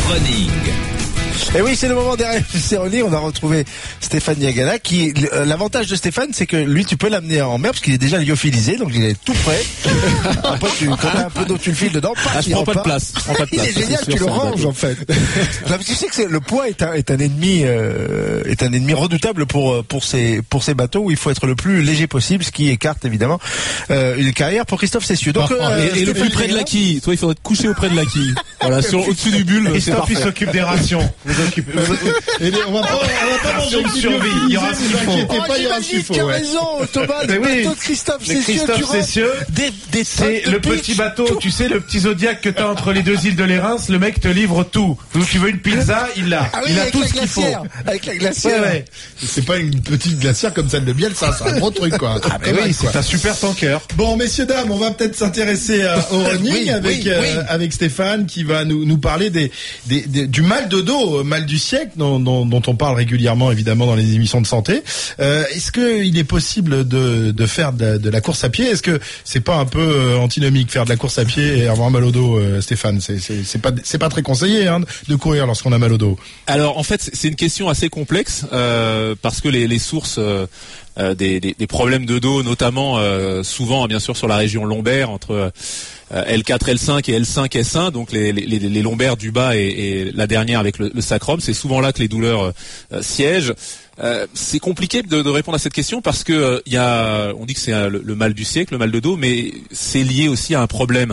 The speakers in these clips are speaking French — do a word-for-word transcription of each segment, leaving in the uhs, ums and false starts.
Running. Et oui, c'est le moment des R M C Running. On a retrouvé Stéphane Diagana qui, l'avantage de Stéphane, c'est que lui, tu peux l'amener en mer parce qu'il est déjà lyophilisé, donc il est tout prêt. Après, tu connais un peu d'eau, tu le files dedans. Ah, je prends pas de place. Je prends pas de place. Il est génial, tu le ranges, en fait. Non, tu sais que c'est, le poids est un, est un ennemi, euh, est un ennemi redoutable pour, pour ces, pour ces bateaux où il faut être le plus léger possible, ce qui écarte évidemment, euh, une carrière pour Christophe Cessieux. Donc, euh, et, et le plus près de la quille. Toi, il faudrait te coucher auprès de la quille. Voilà, sur, au-dessus du bulle. Christophe, il s'occupe des rations. Occupe... Et on va pas, on va pas manger de survie. Il y aura ce qu'il faut. Oh, pas, il y aura ce qu'il faut. Tu as raison, Thomas. Le oui. bateau de Christophe Cessieux. Christophe Cessieux, des, des c'est le pitch, petit bateau. tout. Tu sais, le petit Zodiac que t'as entre les deux îles de l'Érins. Le mec te livre tout. Donc, tu veux une pizza, il l'a. Ah oui, il a tout ce qu'il faut. Avec la glacière. Ouais, ouais. C'est pas une petite glacière comme celle de Bielsa, c'est un gros truc, quoi. Ah, mais oui, c'est un super tanker. Bon, messieurs, dames, on va peut-être s'intéresser euh, au running oui, avec, oui, euh, oui. avec Stéphane qui va nous, nous parler des, des, des, du mal de dos, mal du siècle, dont, dont, dont on parle régulièrement, évidemment, dans les émissions de santé. Euh, est-ce que il est possible de, de faire de, de la course à pied? Est-ce que c'est pas un peu euh, antinomique faire de la course à pied et avoir mal au dos, euh, Stéphane? C'est, c'est, c'est pas, c'est pas très conseillé, hein, de courir lorsqu'on a mal au dos. Alors, en fait, c'est une question assez complexe, euh, parce que les, les sources, euh, euh, des, des, des problèmes de dos, notamment, euh, souvent, bien sûr, sur la région lombaire, entre, euh, L quatre, L cinq et L cinq, S un, donc les, les, les lombaires du bas et, et la dernière avec le, le sacrum, c'est souvent là que les douleurs euh, siègent. Euh, c'est compliqué de, de répondre à cette question parce que euh, y a, on dit que c'est euh, le, le mal du siècle, le mal de dos, mais c'est lié aussi à un problème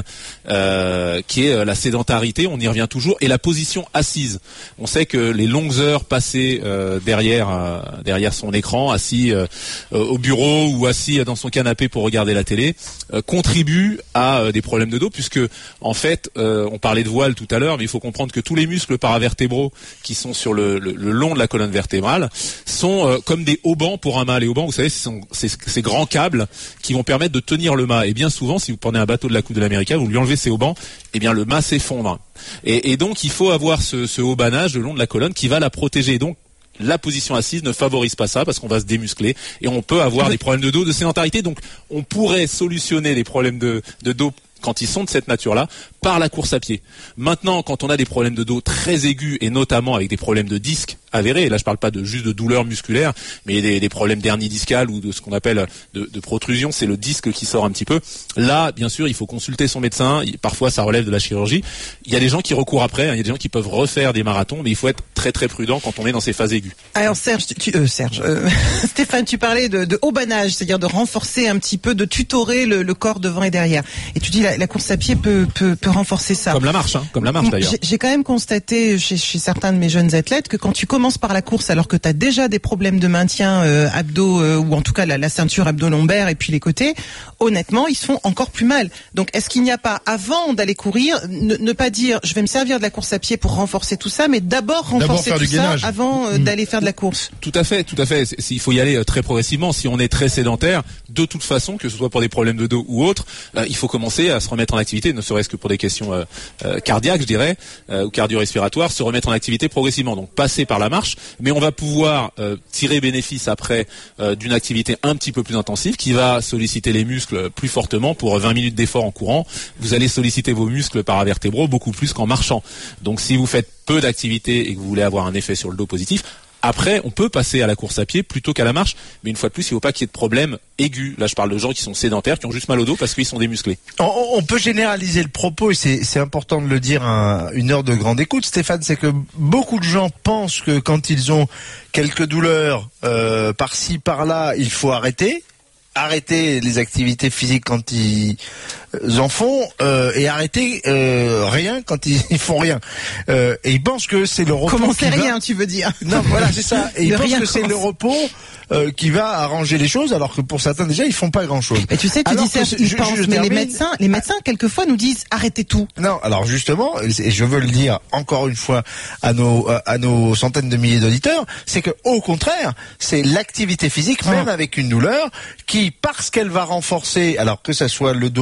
euh, qui est euh, la sédentarité. On y revient toujours, et la position assise. On sait que les longues heures passées euh, derrière euh, derrière son écran, assis euh, euh, au bureau ou assis dans son canapé pour regarder la télé, euh, contribuent à euh, des problèmes de dos, puisque en fait, euh, on parlait de voile tout à l'heure, mais il faut comprendre que tous les muscles paravertébraux qui sont sur le, le, le long de la colonne vertébrale sont euh, comme des haubans pour un mât. Les haubans, vous savez, ce sont ces, ces grands câbles qui vont permettre de tenir le mât. Et bien souvent, si vous prenez un bateau de la Coupe de l'Amérique, vous lui enlevez ces haubans, eh bien le mât s'effondre. Et, et donc, il faut avoir ce, ce haubanage le long de la colonne qui va la protéger. Donc, la position assise ne favorise pas ça parce qu'on va se démuscler et on peut avoir des problèmes de dos, de sédentarité. Donc, on pourrait solutionner les problèmes de, de dos quand ils sont de cette nature-là, par la course à pied. Maintenant, quand on a des problèmes de dos très aigus, et notamment avec des problèmes de disques avérés, et là je parle pas de juste de douleurs musculaires, mais des, des problèmes d'hernie discale ou de ce qu'on appelle de, de protrusion, c'est le disque qui sort un petit peu. Là, bien sûr, il faut consulter son médecin, parfois ça relève de la chirurgie. Il y a des gens qui recourent après, hein, il y a des gens qui peuvent refaire des marathons, mais il faut être très très prudent quand on est dans ces phases aiguës. Alors Serge, tu, tu, euh, Serge euh, Stéphane, tu parlais de, de haubanage, c'est-à-dire de renforcer un petit peu, de tutorer le, le corps devant et derrière. Et tu dis la, la course à pied peut, peut, peut renforcer ça. Comme la marche, hein, comme la marche d'ailleurs. J'ai, j'ai quand même constaté chez, chez certains de mes jeunes athlètes que quand tu commences par la course alors que tu as déjà des problèmes de maintien euh, abdos, euh, ou en tout cas la, la ceinture abdo-lombaire et puis les côtés, honnêtement, ils se font encore plus mal. Donc est-ce qu'il n'y a pas, avant d'aller courir, ne, ne pas dire je vais me servir de la course à pied pour renforcer tout ça, mais d'abord renforcer d'abord tout ça gainage. avant euh, mmh. d'aller faire de la course? Tout à fait, tout à fait. C'est, il faut y aller très progressivement. Si on est très sédentaire, de toute façon, que ce soit pour des problèmes de dos ou autres, euh, il faut commencer à se remettre en activité, ne serait-ce que pour des questions euh, euh, cardiaques, je dirais, euh, ou cardio-respiratoires, se remettre en activité progressivement. Donc passer par la marche, mais on va pouvoir euh, tirer bénéfice après euh, d'une activité un petit peu plus intensive qui va solliciter les muscles plus fortement. Pour vingt minutes d'effort en courant, vous allez solliciter vos muscles paravertébraux beaucoup plus qu'en marchant. Donc si vous faites peu d'activité et que vous voulez avoir un effet sur le dos positif, après, on peut passer à la course à pied plutôt qu'à la marche, mais une fois de plus, il ne faut pas qu'il y ait de problème aigus. Là, je parle de gens qui sont sédentaires, qui ont juste mal au dos parce qu'ils sont démusclés. On, on peut généraliser le propos, et c'est, c'est important de le dire à une heure de grande écoute, Stéphane, c'est que beaucoup de gens pensent que quand ils ont quelques douleurs euh, par-ci, par-là, il faut arrêter. Arrêter les activités physiques quand ils en font euh, et arrêter euh, rien quand ils, ils font rien. Euh, et ils pensent que c'est le repos. Comment c'est qui rien, va... tu veux dire? Non, voilà, c'est ça. Et ils pensent rien que c'est le repos euh, qui va arranger les choses, alors que pour certains déjà ils font pas grand-chose. Et tu sais, tu alors dis Serge, ils pensent, mais les médecins, les médecins quelquefois nous disent arrêtez tout. Non, alors justement, et je veux le dire encore une fois à nos à nos centaines de milliers d'auditeurs, c'est que au contraire, c'est l'activité physique, même ah. avec une douleur, qui parce qu'elle va renforcer, alors que ça soit le dos, tu disais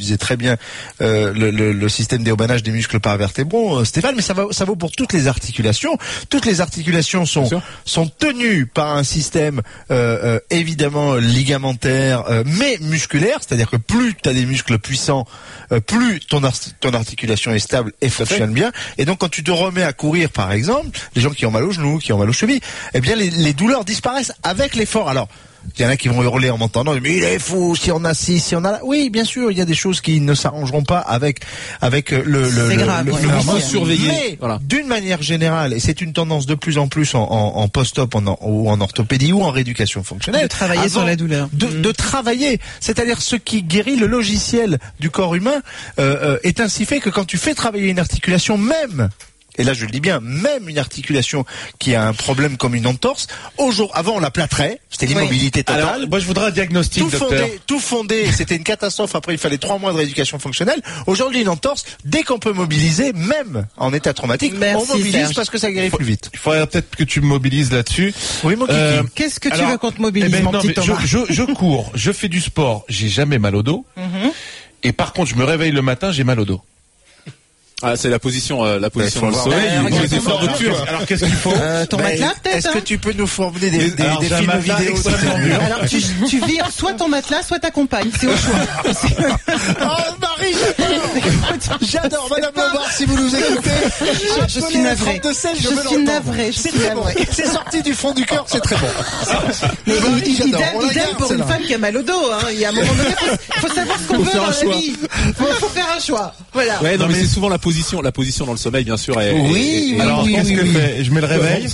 disait très bien euh, le, le, le système déobanage des muscles paravertébraux, euh, Stéphane, mais ça va, ça vaut pour toutes les articulations. Toutes les articulations sont sont tenues par un système euh, euh, évidemment ligamentaire, euh, mais musculaire, c'est-à-dire que plus tu as des muscles puissants, euh, plus ton ar- ton articulation est stable et fonctionne bien. Et donc quand tu te remets à courir, par exemple, les gens qui ont mal aux genoux, qui ont mal aux chevilles, eh bien les, les douleurs disparaissent avec l'effort. Alors il y en a qui vont hurler en m'entendant, mais il est fou, si on a ci, si on a là. Oui, bien sûr, il y a des choses qui ne s'arrangeront pas avec avec le le, c'est le, grave, le, ouais. le Il faut mouvement. surveiller. Mais Voilà. d'une manière générale, et c'est une tendance de plus en plus en, en, en post-op, en, en, ou en orthopédie ou en rééducation fonctionnelle, De travailler avant sur la douleur. de, Mmh. de travailler, c'est-à-dire ce qui guérit le logiciel du corps humain euh, euh, est ainsi fait que quand tu fais travailler une articulation, même et là je le dis bien, même une articulation qui a un problème comme une entorse, aujourd'hui, avant on la plâtrait, c'était l'immobilité totale. Alors, moi je voudrais un diagnostic, Tout docteur. fondé, tout fondé, c'était une catastrophe. Après, il fallait trois mois de rééducation fonctionnelle. Aujourd'hui, une entorse, dès qu'on peut mobiliser, même en état traumatique, Merci, on mobilise Serge. parce que ça guérit plus vite. Il faudrait peut-être que tu me mobilises là-dessus. Oui, mon kiki. Euh, Qu'est-ce que tu Alors, veux qu'on te mobilise, eh ben, mon non, petit mais Thomas? je, je, je cours, je fais du sport, j'ai jamais mal au dos. Mhm. Et par contre, je me réveille le matin, j'ai mal au dos. Ah, c'est la position, euh, la position faut dans le voir. sommeil. Euh, les regarde, efforts on nocturnes. Alors qu'est-ce qu'il faut Euh, ton Mais matelas, peut-être Est-ce que hein tu peux nous fournir des, des, Alors, des j'ai un films matelas vidéo extrêmement dur. Alors, tu, tu vires soit ton matelas, soit ta compagne. C'est au choix. Oh, Marie, j'adore. J'adore, Madame Lombard, si vous nous écoutez. Je, je suis navrée. De sel, je, Je veux suis l'entendre. navrée. Je C'est suis très bon. navrée. C'est sorti du fond du cœur, c'est très bon. Mais Marie, il- j'adore. idem, On la idem garde, pour une celle-là. femme qui a mal au dos. Hein. Il y a un moment donné, faut, faut savoir ce qu'on Faut veut faire dans un la choix. vie. Faut, faut faire un choix. Voilà. Ouais, non, mais, c'est souvent la position, la position dans le sommeil, bien sûr. Est, Oui, est- est- Alors oui, qu'est-ce oui, que oui. fait Je mets le réveil.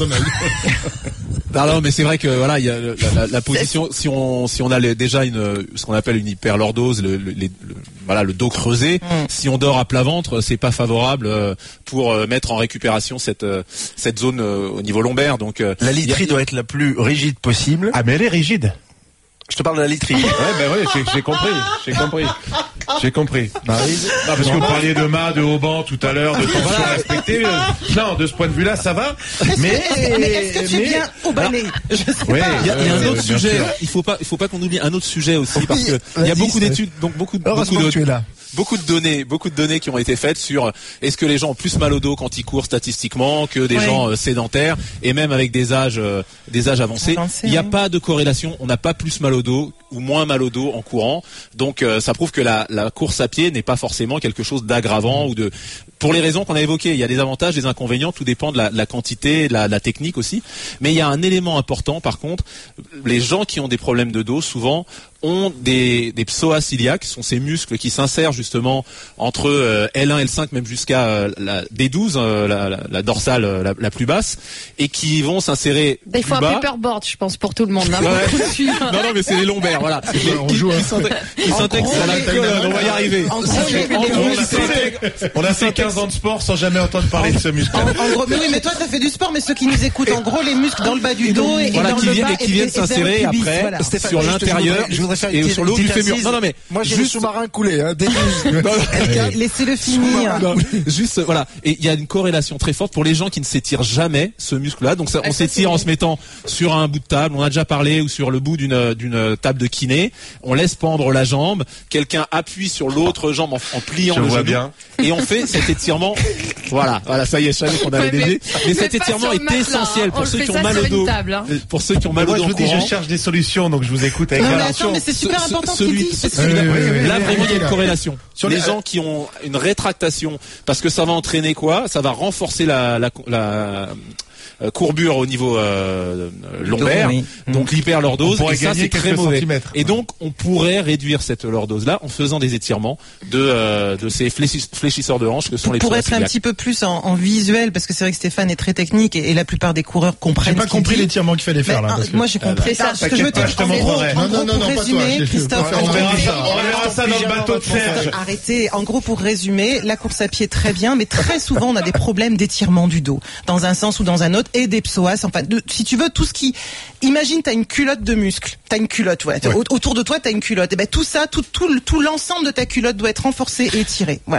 Non, non, mais c'est vrai que voilà, il y a la, la, la position. Si on si on a les- déjà une ce qu'on appelle une hyperlordose, le, le, les- le- voilà le dos creusé. Mm. Si on dort à plat ventre, c'est pas favorable euh, pour euh, mettre en récupération cette euh, cette zone euh, au niveau lombaire. Donc euh, La il y a- literie doit être la plus rigide possible. Ah mais elle est rigide. Je te parle de la literie. Ouais, ben oui, j'ai, j'ai compris, j'ai compris, j'ai compris. Maryse. Non, parce que vous parliez de mât, de haut-banc tout à l'heure, de tension respectée. euh, Non, de ce point de vue-là, ça va. Est-ce Mais, que, mais est-ce que tu mais- viens au balai? Je sais Ouais, pas. Il y a, il y a un Euh, autre bien sujet. sûr. Il faut pas, il faut pas qu'on oublie un autre sujet aussi parce que il y a Vas-y, beaucoup c'est- d'études, donc beaucoup, de- beaucoup Heureusement de, que tu es là. beaucoup de données, beaucoup de données qui ont été faites sur est-ce que les gens ont plus mal au dos quand ils courent statistiquement que des Ouais. gens euh, sédentaires et même avec des âges, euh, des âges avancés. Avancés, Il n'y a oui. pas de corrélation. On n'a pas plus mal au dos ou moins mal au dos en courant. Donc euh, ça prouve que la, la course à pied n'est pas forcément quelque chose d'aggravant ou de. Pour les raisons qu'on a évoquées, il y a des avantages, des inconvénients. Tout dépend de la, de la quantité, de la, de la technique aussi. Mais il y a un élément important, par contre, les gens qui ont des problèmes de dos, souvent, ont des, des psoas iliaques, qui sont ces muscles qui s'insèrent justement entre euh, L un, L cinq, même jusqu'à euh, la D douze, euh, la, la, la dorsale euh, la, la plus basse, et qui vont s'insérer Il faut plus un bas. paperboard, je pense, pour tout le monde. Hein, Ouais. pour le suivre. Non, non, mais c'est les lombaires, voilà. Mais on qui, joue, hein. qui s'intègrent- qui s'intègrent gros, à la les- colonne, on va y arriver. En gros, les- En les- gros, les- qui s'intègrent- On a fait quinze ans de sport sans jamais entendre parler de ce muscle. En, en gros, mais oui, mais toi, t'as fait du sport, mais ceux qui nous écoutent, en gros, les muscles dans le bas du dos et, et Voilà, dans qui le viennent bas et qui viennent et- et vers le s'insérer pubis, après voilà. Stéphane, sur juste, l'intérieur je voudrais- je voudrais faire une et petite- sur le haut du petite fémur. incise. Non, non, mais Moi, j'ai le juste- sous-marin coulé, hein, des douze. Laissez-le finir. Non, juste voilà, et il y a une corrélation très forte pour les gens qui ne s'étirent jamais ce muscle-là. Donc ça, on Ah, ça, s'étire c'est en se mettant sur un bout de table, on a déjà parlé, ou sur le bout d'une d'une table de kiné. On laisse pendre la jambe, quelqu'un appuie sur l'autre jambe en, en pliant Je le vois genou, bien. et on fait cet étirement. Voilà, voilà, ça y est, je savais qu'on avait Ouais, mais- dévié. Mais mais cet pas étirement sur le est matelas, essentiel hein. pour On ceux le qui fait ont ça mal sur au une dos. table, hein. Pour ceux qui ont mal Moi, au je dos vous en dis, je courant. cherche des solutions, donc je vous écoute avec Non, mais attention. attends, mais c'est super Ce- important ce qu'il celui- dit. ce- parce que- celui-là, Oui, oui, oui, là oui, vraiment il y a oui, une oui. corrélation. Sur les les- gens qui ont une rétractation, parce que ça va entraîner quoi? Ça va renforcer la, la, la euh, courbure au niveau euh, lombaire, oui. donc On l'hyperlordose, pourrait et ça gagner c'est très quelques mauvais. centimètres. Et donc on pourrait réduire cette lordose là en faisant des étirements de euh, de ces fléchis- fléchisseurs de hanches que sont les Pour psoas être un iliaques. petit peu plus en, en visuel, parce que c'est vrai que Stéphane est très technique et, et la plupart des coureurs comprennent. J'ai pas ce qu'il compris dit. l'étirement qu'il fallait faire Mais, là. ah, parce que- moi j'ai compris. C'est ça, Ah, ce que je veux te t'inquiète pas, dire, je te en gros, montrerai. en Non, gros, non, non, pour non, pas toi, résumer, je- je- Christophe, on On en verra gros, ça, on verra ça dans le bateau de Serge. Arrêtez. En gros, pour résumer, la course à pied très bien, mais très souvent on a des problèmes d'étirement du dos, dans un sens ou dans un autre, et des psoas. Enfin, de, si tu veux, tout ce qui. Imagine, t'as une culotte de muscles, t'as une culotte, ouais. Autour de toi, t'as une culotte. Et ben tout ça, tout, tout, le- tout l'ensemble de ta culotte doit être renforcé et étiré. Voilà.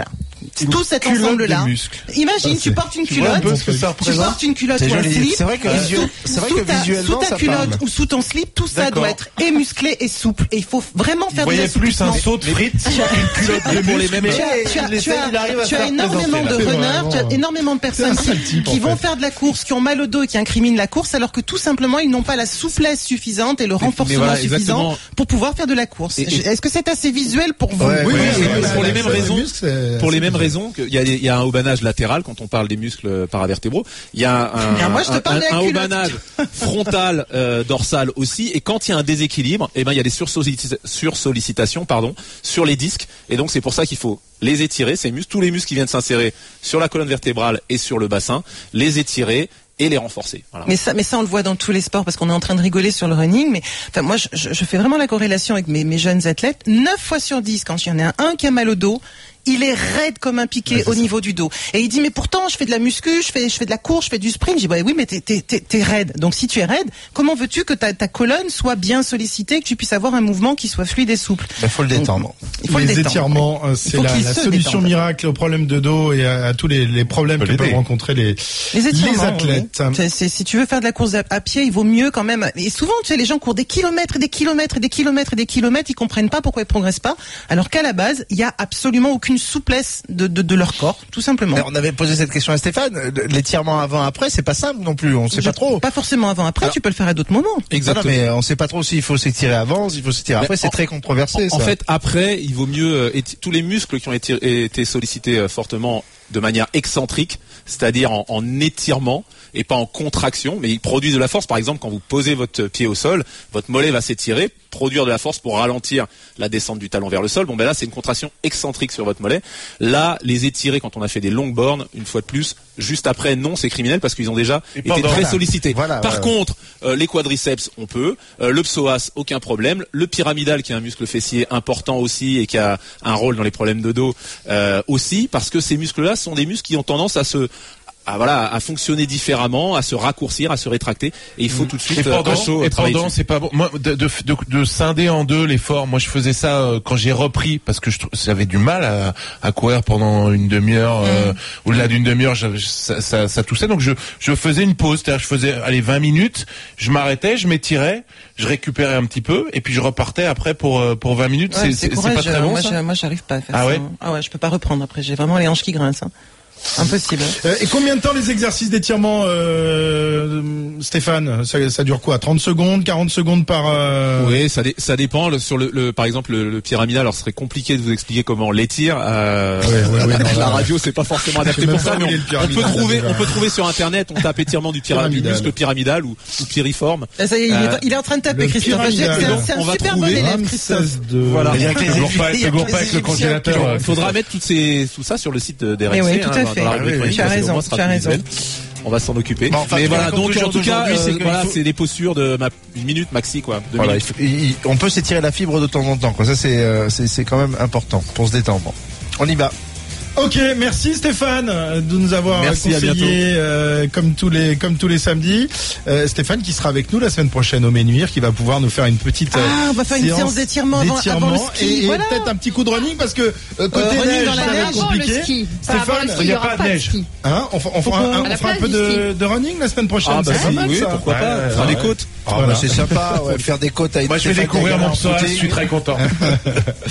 tout cet culotte ensemble-là. de muscles. Imagine, Ça, tu c'est- portes une tu vois un culotte, peu ce que ça tu représente. portes une culotte C'est ou un joli. slip. C'est vrai que et visuel- sous- c'est vrai sous que ta- visuellement, sous ta ça culotte parle. ou sous ton slip, tout ça D'accord. doit être et musclé et souple. Et il faut vraiment Vous faire des voyez plus un assouplissements. saut de frites qu'une culotte de pour les muscles. mêmes- Tu as, tu as, il essaie, tu as- il arrive à tu as faire énormément de présenter, là. runners, C'est tu as vraiment- énormément de personnes C'est un sale qui, type, en qui vont fait. faire de la course, qui ont mal au dos et qui incriminent la course, alors que tout simplement ils n'ont pas la souplesse suffisante et le renforcement voilà, suffisant exactement. pour pouvoir faire de la course. Et- et- Est-ce que c'est assez visuel pour vous? Ouais, Oui, ouais, oui, ouais, c'est- ouais, c'est- pour les c'est- mêmes c'est- raisons- muscles, c'est- Pour les c'est- mêmes raisons qu'il y a, des- il y a un haubanage latéral quand on parle des muscles paravertébraux. Il y a un, Bien, moi, je te un, parle de la un culotte. haubanage frontal, euh, dorsal aussi. Et quand il y a un déséquilibre, eh ben il y a des sursollicita- sursollicitations, pardon, sur les disques. Et donc c'est pour ça qu'il faut les étirer, ces muscles, tous les muscles qui viennent s'insérer sur la colonne vertébrale et sur le bassin, les étirer et les renforcer. Voilà. Mais ça, mais ça, on le voit dans tous les sports parce qu'on est en train de rigoler sur le running. Mais enfin, moi, je, je fais vraiment la corrélation avec mes, mes jeunes athlètes. neuf fois sur dix, quand il y en a un qui a mal au dos, il est raide comme un piqué Ouais, au ça. niveau du dos. Et il dit, mais pourtant, je fais de la muscu, je fais, je fais de la course, je fais du sprint. Je dis, bah oui, mais t'es, t'es, t'es, t'es raide. Donc si tu es raide, comment veux-tu que ta, ta colonne soit bien sollicitée, que tu puisses avoir un mouvement qui soit fluide et souple? Il faut le détendre. Il faut les le détendre. étirements, euh, Il c'est faut la, qu'il la se solution détende. miracle aux problèmes de dos et à, à tous les, les problèmes Peut que peuvent l'aider. rencontrer les, Les étirements, athlètes. oui. C'est- c'est- si tu veux faire de la course à, à pied, il vaut mieux quand même. Et souvent, tu sais, les gens courent des kilomètres et des kilomètres et des kilomètres et des kilomètres, ils comprennent pas pourquoi ils progressent pas. Alors qu'à la base, il y a absolument aucune souplesse de, de, de leur corps, tout simplement. Mais on avait posé cette question à Stéphane. L'étirement avant-après, c'est pas simple non plus. On sait Je- pas trop. Pas forcément avant. Après, Alors- tu peux le faire à d'autres moments. Exactement. Non, non, mais on sait pas trop s'il faut s'étirer avant, s'il faut s'étirer après. Mais C'est en- très controversé. En ça. fait, après, il vaut mieux euh, éti- tous les muscles qui ont été, été sollicités euh, fortement de manière excentrique, c'est-à-dire en, en étirement et pas en contraction, mais ils produisent de la force. Par exemple, quand vous posez votre pied au sol, votre mollet va s'étirer, produire de la force pour ralentir la descente du talon vers le sol. Bon, ben là, c'est une contraction excentrique sur votre mollet. Là, les étirer quand on a fait des longues bornes, une fois de plus, juste après, non, c'est criminel parce qu'ils ont déjà Et été pendant- très Voilà. sollicités. Voilà, Par voilà. contre, euh, les quadriceps, on peut. Euh, le psoas, aucun problème. Le pyramidal, qui est un muscle fessier important aussi et qui a un rôle dans les problèmes de dos euh, aussi, parce que ces muscles-là sont des muscles qui ont tendance à se à, voilà, à fonctionner différemment, à se raccourcir, à se rétracter. Et il faut tout de Et suite euh, pendant, à chaud et travailler pendant, dessus. c'est pas bon. Moi, de, de, de, de scinder en deux l'effort. Moi, je faisais ça euh, quand j'ai repris parce que je trou- j'avais du mal à, à courir pendant une demi-heure. Euh, Au-delà d'une demi-heure, j'avais- ça, ça, ça toussait. Donc, je, je faisais une pause. C'est-à-dire, je faisais, allez, vingt minutes. Je m'arrêtais, je m'étirais, je récupérais un petit peu, et puis je repartais après pour euh, pour vingt minutes. Ouais, c'est c'est c'est- c'est pas courageux. très bon. Moi, ça je- moi, j'arrive pas à faire Ah ça. ouais Ah ouais, je peux pas reprendre après. J'ai vraiment les hanches qui grincent. hein. Impossible. Euh, et combien de temps les exercices d'étirement, euh, Stéphane? Ça, ça dure quoi? trente secondes, quarante secondes par... Euh... Oui, ça, dé- ça dépend. Le- sur le, le, par exemple, le, le pyramidal, alors ce serait compliqué de vous expliquer comment on l'étire. Euh, Ouais, ouais, ouais, non, la là, radio, c'est pas forcément je adapté sais pour même ça, pas où mais il est le on, on peut pyramidal, trouver, déjà. on peut trouver sur internet. On tape étirement du pyramidal, Pyramidal. muscle pyramidal ou, ou piriforme. Là, ça y est, il, est, Euh, il est en train de taper, le Christophe. pyramidal. C'est un, Donc, c'est un on va super bon trouver élève, Christophe. seize de... Voilà. Il y a que les Toujours pas, il y a toujours que pas les avec le Égyptiens congélateur. qui l'ont- euh, Il faudra mettre toutes ces, tout ça sur le site de- d'R X C. Eh oui, tout à hein, fait. dans la Ah oui, rubrique oui, chronique, tu as parce que raison, au moins, ce sera tu as plus raison. visuel. On va s'en occuper. Bon, enfin, mais en tout cas, voilà, la donc conclusion en tout cas, d'aujourd'hui, c'est euh, qu'il voilà, faut- c'est des postures de ma, une minute maxi, quoi. Deux Voilà, il minutes. faut- il- il- on peut s'étirer la fibre de temps en temps. Quoi. Ça, c'est euh, c'est c'est quand même important pour se détendre. On y va. Ok, merci Stéphane euh, de nous avoir Merci, à conseillé euh, comme tous les comme tous les samedis. Euh, Stéphane qui sera avec nous la semaine prochaine au Ménuire, qui va pouvoir nous faire une petite euh, Ah, on va faire une séance d'étirement avant, avant le ski. et, et voilà. peut-être un petit coup de running parce que euh, côté running neige dans la ça va être neige. Avant compliqué. le ski. Pas Stéphane, avant le ski, il y il a y aura pas de pas de neige. ski. Hein, on, fera- on fera, un, À on la fera un place peu du de, de running la semaine prochaine. Ah, bah c'est pas si, mal oui, ça. pourquoi pas. Ouais, Faire ouais. des côtes. Ah, bah, c'est sympa, ouais, faire des côtes avec Moi, je vais Stéphane découvrir Gaillard mon à psoas. côté. Je suis très content.